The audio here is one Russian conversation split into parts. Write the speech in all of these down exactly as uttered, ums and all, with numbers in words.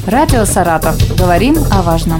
Радио «Саратов». Говорим о важном.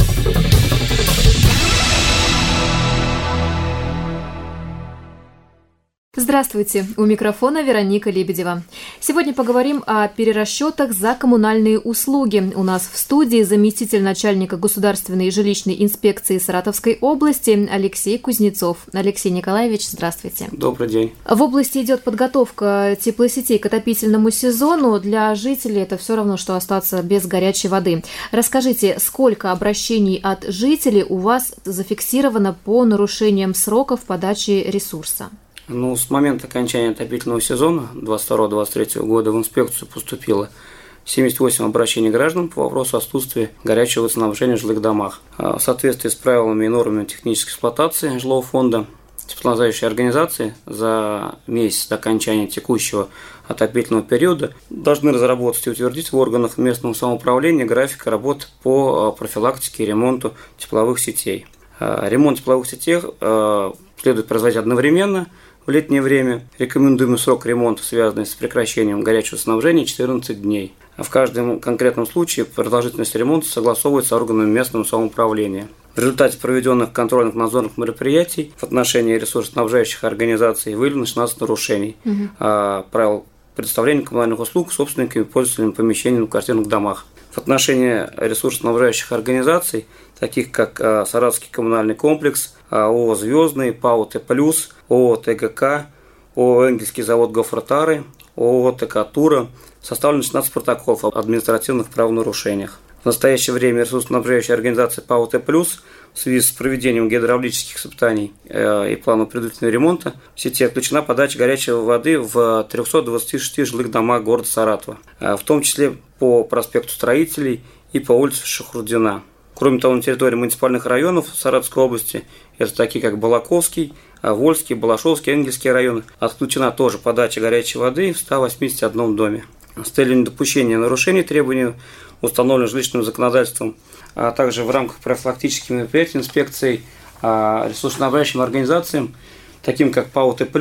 Здравствуйте, у микрофона Вероника Лебедева. Сегодня поговорим о перерасчетах за коммунальные услуги. У нас в студии заместитель начальника государственной жилищной инспекции Саратовской области Алексей Кузнецов. Алексей Николаевич, здравствуйте. Добрый день. В области идет подготовка теплосетей к отопительному сезону. Для жителей это все равно, что остаться без горячей воды. Расскажите, сколько обращений от жителей у вас зафиксировано по нарушениям сроков подачи ресурса? Ну, с момента окончания отопительного сезона двадцать второго — двадцать третьего года в инспекцию поступило семьдесят восемь обращений граждан по вопросу отсутствия горячего водоснабжения в жилых домах. В соответствии с правилами и нормами технической эксплуатации жилого фонда, теплоснабжающие организации за месяц до окончания текущего отопительного периода должны разработать и утвердить в органах местного самоуправления график работ по профилактике и ремонту тепловых сетей. Ремонт тепловых сетей следует производить одновременно. В летнее время рекомендуемый срок ремонта, связанный с прекращением горячего снабжения, четырнадцать дней. А в каждом конкретном случае продолжительность ремонта согласовывается с органами местного самоуправления. В результате проведенных контрольных надзорных мероприятий в отношении ресурсоснабжающих организаций выявлено шестнадцать нарушений угу. а, правил предоставления коммунальных услуг собственниками и пользователями помещений в квартирных домах. В отношении ресурсоснабжающих организаций, таких как а, Саратовский коммунальный комплекс, а, ООО «Звездный», ПАО «Т+», ООО «ТГК», ООО «Энгельский завод Гофротары», ООО «ТК Тура», составлено шестнадцать протоколов об административных правонарушениях. В настоящее время ресурсоснабжающая организация ПАО «Т+» в связи с проведением гидравлических испытаний и планом предварительного ремонта в сети отключена подача горячей воды в трёхстах двадцати шести жилых домах города Саратова, в том числе по проспекту Строителей и по улице Шахрудина. Кроме того, на территории муниципальных районов Саратовской области, это такие как Балаковский, Вольский, Балашовский, Энгельский районы, отключена тоже подача горячей воды в ста восьмидесяти одном доме. С целью недопущения нарушений требований, установленных жилищным законодательством, а также в рамках профилактических мероприятий инспекцией ресурсоснабжающим организациям, таким как ПАО «Т+»,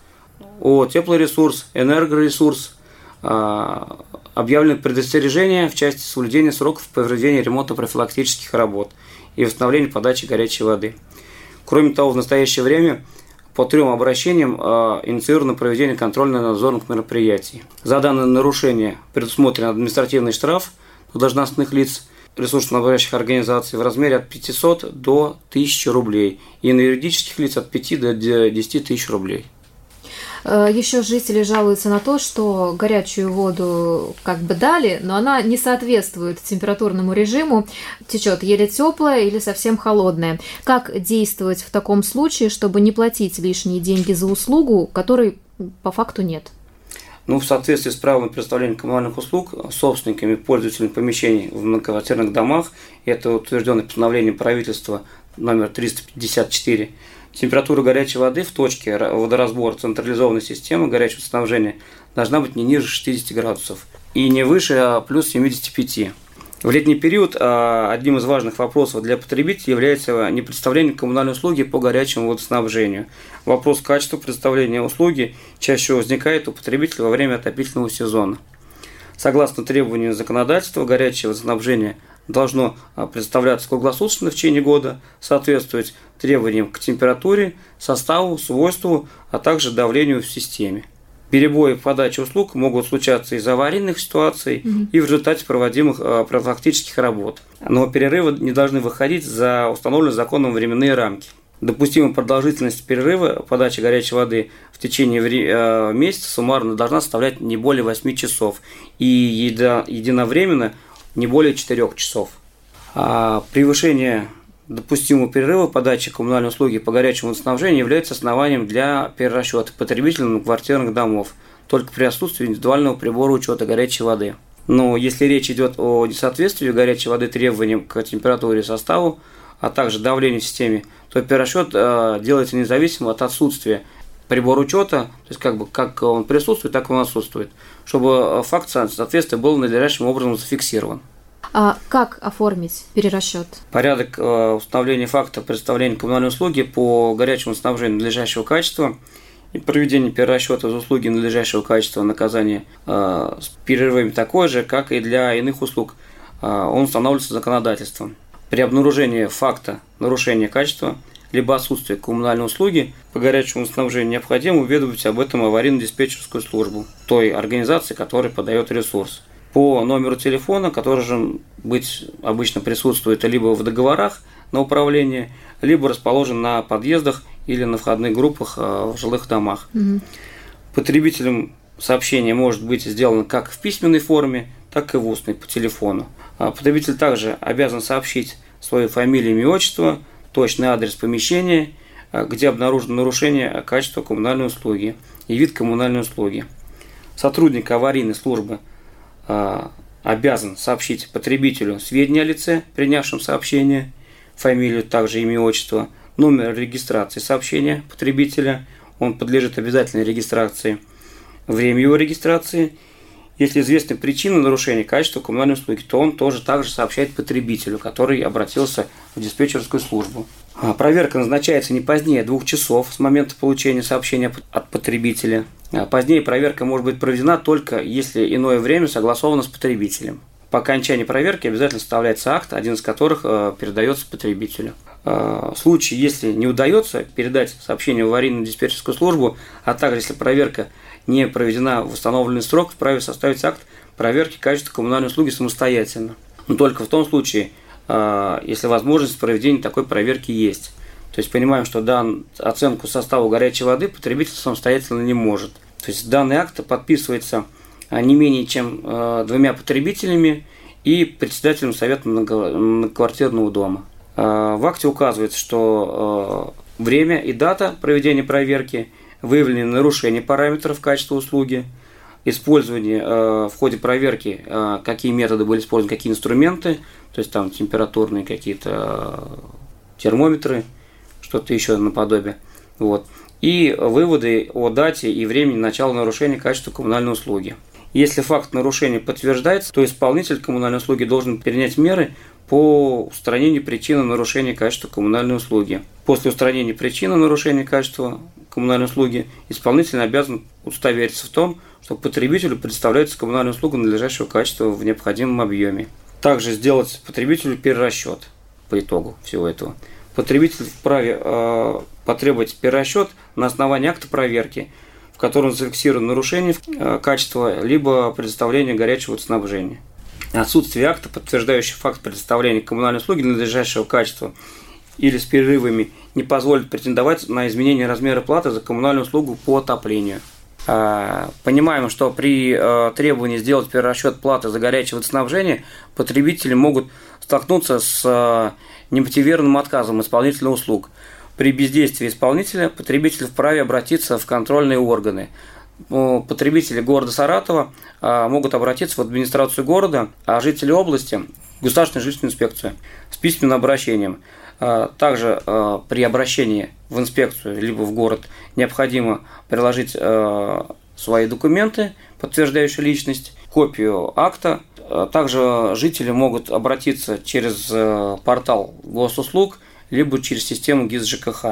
ООО «Теплоресурс», «Энергоресурс», объявлены предостережения в части соблюдения сроков проведения ремонтно-профилактических работ и восстановления подачи горячей воды. Кроме того, в настоящее время по трем обращениям инициировано проведение контрольно-надзорных мероприятий. За данное нарушение предусмотрен административный штраф для должностных лиц ресурсоснабжающих организаций в размере от пятисот до тысячи рублей и на юридических лиц от пяти до десяти тысяч рублей. Еще жители жалуются на то, что горячую воду как бы дали, но она не соответствует температурному режиму, течет еле теплая или совсем холодная. Как действовать в таком случае, чтобы не платить лишние деньги за услугу, которой по факту нет? Ну, в соответствии с правилами предоставления коммунальных услуг собственниками и пользователями помещений в многоквартирных домах, это утверждено постановлением правительства номер триста пятьдесят четыре, температура горячей воды в точке водоразбора централизованной системы горячего снабжения должна быть не ниже шестидесяти градусов и не выше а плюс семидесяти пяти. В летний период одним из важных вопросов для потребителей является непредоставление коммунальной услуги по горячему водоснабжению. Вопрос качества предоставления услуги чаще всего возникает у потребителя во время отопительного сезона. Согласно требованиям законодательства, горячее водоснабжение должно предоставляться круглосуточно в течение года, соответствовать требованиям к температуре, составу, свойству, а также давлению в системе. Перебои в подаче услуг могут случаться из-за аварийных ситуаций mm-hmm. и в результате проводимых профилактических работ. Но перерывы не должны выходить за установленные законом временные рамки. Допустимая продолжительность перерыва подачи горячей воды в течение месяца суммарно должна составлять не более восьми часов и единовременно не более четырёх часов. А превышение допустимого перерыва подачи коммунальной услуги по горячему водоснабжению является основанием для перерасчета потребителям квартирных домов только при отсутствии индивидуального прибора учета горячей воды. Но если речь идет о несоответствии горячей воды требованиям к температуре и составу, а также давлению в системе, то перерасчет э, делается независимо от отсутствия прибора учета, то есть как бы как он присутствует, так и он отсутствует, чтобы факт соответствия был надлежащим образом зафиксирован. А как оформить перерасчет? Порядок э, установления факта предоставления коммунальной услуги по горячему снабжению надлежащего качества и проведение перерасчета за услуги надлежащего качества наказания э, с перерывами такой же, как и для иных услуг, он устанавливается законодательством. При обнаружении факта нарушения качества либо отсутствия коммунальной услуги по горячему снабжению необходимо уведомить об этом аварийно-диспетчерскую службу той организации, которая подает ресурс. По номеру телефона, который же быть обычно присутствует либо в договорах на управление, либо расположен на подъездах или на входных группах в жилых домах. Угу. Потребителям сообщение может быть сделано как в письменной форме, так и в устной по телефону. Потребитель также обязан сообщить свою фамилию, имя, отчество, точный адрес помещения, где обнаружено нарушение качества коммунальной услуги и вид коммунальной услуги. Сотрудник аварийной службы обязан сообщить потребителю сведения о лице, принявшем сообщение, фамилию, также имя, отчество, номер регистрации сообщения потребителя, он подлежит обязательной регистрации, время его регистрации. Если известны причины нарушения качества коммунальной услуги, то он тоже также сообщает потребителю, который обратился в диспетчерскую службу. Проверка назначается не позднее двух часов с момента получения сообщения от потребителя. Позднее проверка может быть проведена только если иное время согласовано с потребителем. По окончании проверки обязательно составляется акт, один из которых передается потребителю. В случае, если не удается передать сообщение в аварийную диспетчерскую службу, а также если проверка не проведена в установленный срок, вправе составить акт проверки качества коммунальной услуги самостоятельно. Но только в том случае, если возможность проведения такой проверки есть. То есть понимаем, что дан, оценку состава горячей воды потребитель самостоятельно не может. То есть данный акт подписывается не менее чем двумя потребителями и председателем совета многоквартирного дома. В акте указывается, что время и дата проведения проверки, выявлены нарушения параметров качества услуги, использование в ходе проверки, какие методы были использованы, какие инструменты, то есть там температурные какие-то термометры, что-то еще наподобие. Вот. И выводы о дате и времени начала нарушения качества коммунальной услуги. Если факт нарушения подтверждается, то исполнитель коммунальной услуги должен принять меры по устранению причины нарушения качества коммунальной услуги. После устранения причины нарушения качества коммунальной услуги исполнитель обязан удостовериться в том, что потребителю предоставляется коммунальная услуга надлежащего качества в необходимом объеме. Также сделать потребителю перерасчет по итогу всего этого. Потребитель вправе э, потребовать перерасчет на основании акта проверки, в котором зафиксировано нарушение э, качества либо предоставление горячего снабжения. Отсутствие акта, подтверждающего факт предоставления коммунальной услуги надлежащего качества или с перерывами, не позволит претендовать на изменение размера платы за коммунальную услугу по отоплению. Понимаем, что при требовании сделать перерасчет платы за горячее водоснабжение потребители могут столкнуться с немотивированным отказом исполнителя услуг. При бездействии исполнителя потребитель вправе обратиться в контрольные органы. Потребители города Саратова могут обратиться в администрацию города, а жители области – в Государственную жилищную инспекцию с письменным обращением. Также при обращении в инспекцию либо в город необходимо приложить свои документы, подтверждающие личность, копию акта. Также жители могут обратиться через портал госуслуг либо через систему ГИС ЖКХ.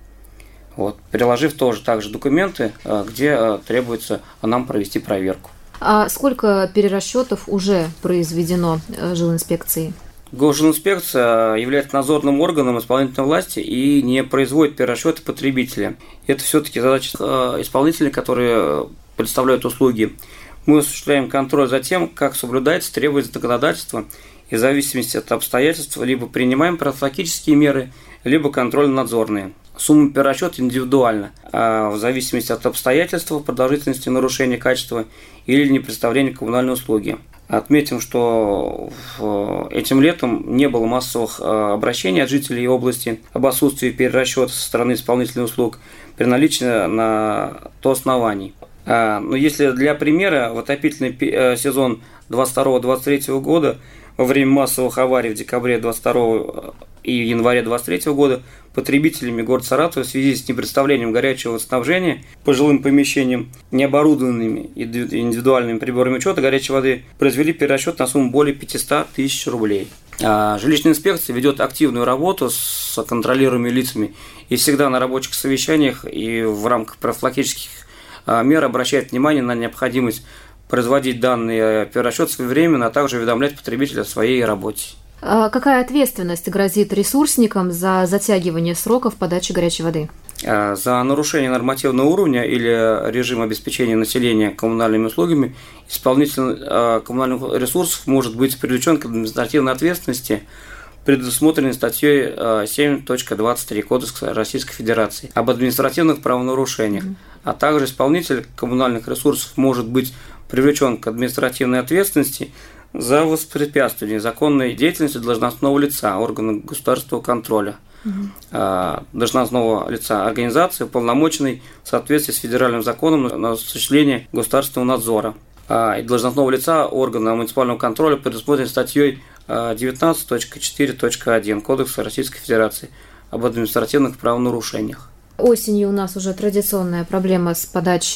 Вот, приложив тоже также документы, где требуется нам провести проверку. А сколько перерасчетов уже произведено жилинспекцией? Госжилинспекция является надзорным органом исполнительной власти и не производит перерасчеты потребителя. Это все-таки задача исполнителей, которые предоставляют услуги. Мы осуществляем контроль за тем, как соблюдается требования законодательства, и в зависимости от обстоятельств либо принимаем профилактические меры, либо контрольно-надзорные. Сумма перерасчета индивидуальна, а в зависимости от обстоятельств, продолжительности нарушения качества или непредоставления коммунальной услуги. Отметим, что этим летом не было массовых обращений от жителей области об отсутствии перерасчета со стороны исполнителей услуг при наличии на то оснований. Но если для примера, в отопительный сезон двадцать второго — двадцать третьего года во время массовых аварий в декабре двадцать второго и январе двадцать третьего года потребителями города Саратова в связи с непредоставлением горячего водоснабжения по жилым помещениям необорудованными индивидуальными приборами учета горячей воды произвели перерасчет на сумму более пятьсот тысяч рублей. А жилищная инспекция ведет активную работу с контролируемыми лицами и всегда на рабочих совещаниях и в рамках профилактических мер обращает внимание на необходимость производить данный перерасчет своевременно, а также уведомлять потребителя о своей работе. А какая ответственность грозит ресурсникам за затягивание сроков подачи горячей воды? За нарушение нормативного уровня или режима обеспечения населения коммунальными услугами исполнитель коммунальных ресурсов может быть привлечен к административной ответственности, предусмотренной статьей семь точка двадцать три Кодекса Российской Федерации об административных правонарушениях, mm-hmm. а также исполнитель коммунальных ресурсов может быть привлечен к административной ответственности за воспрепятствование законной деятельности должностного лица органа государственного контроля, угу. должностного лица организации, уполномоченной в соответствии с федеральным законом на осуществление государственного надзора, и должностного лица органа муниципального контроля предусмотрено статьей девятнадцать точка четыре точка один Кодекса Российской Федерации об административных правонарушениях. Осенью у нас уже традиционная проблема с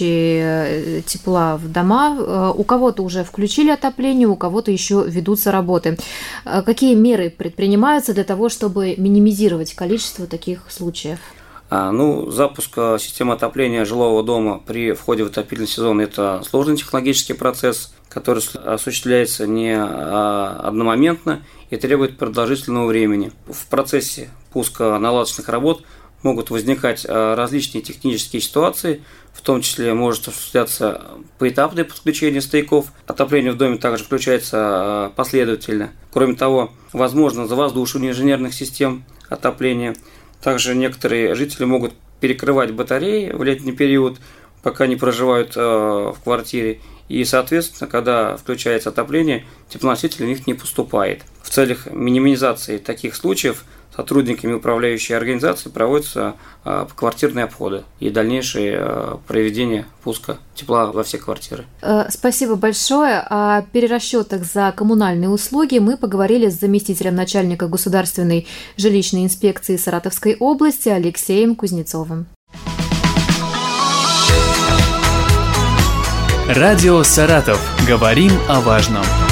подачей тепла в дома. У кого-то уже включили отопление, у кого-то еще ведутся работы. Какие меры предпринимаются для того, чтобы минимизировать количество таких случаев? А, ну, запуск системы отопления жилого дома при входе в отопительный сезон – это сложный технологический процесс, который осуществляется не одномоментно и требует продолжительного времени. В процессе пуска наладочных работ могут возникать различные технические ситуации, в том числе может осуществляться поэтапное подключение стояков. Отопление в доме также включается последовательно. Кроме того, возможно завоздушивание инженерных систем отопления. Также некоторые жители могут перекрывать батареи в летний период, пока не проживают в квартире. И, соответственно, когда включается отопление, теплоноситель в них не поступает. В целях минимизации таких случаев сотрудниками управляющей организации проводятся поквартирные обходы и дальнейшее проведение пуска тепла во все квартиры. Спасибо большое. О перерасчетах за коммунальные услуги мы поговорили с заместителем начальника государственной жилищной инспекции Саратовской области Алексеем Кузнецовым. Радио «Саратов». Говорим о важном.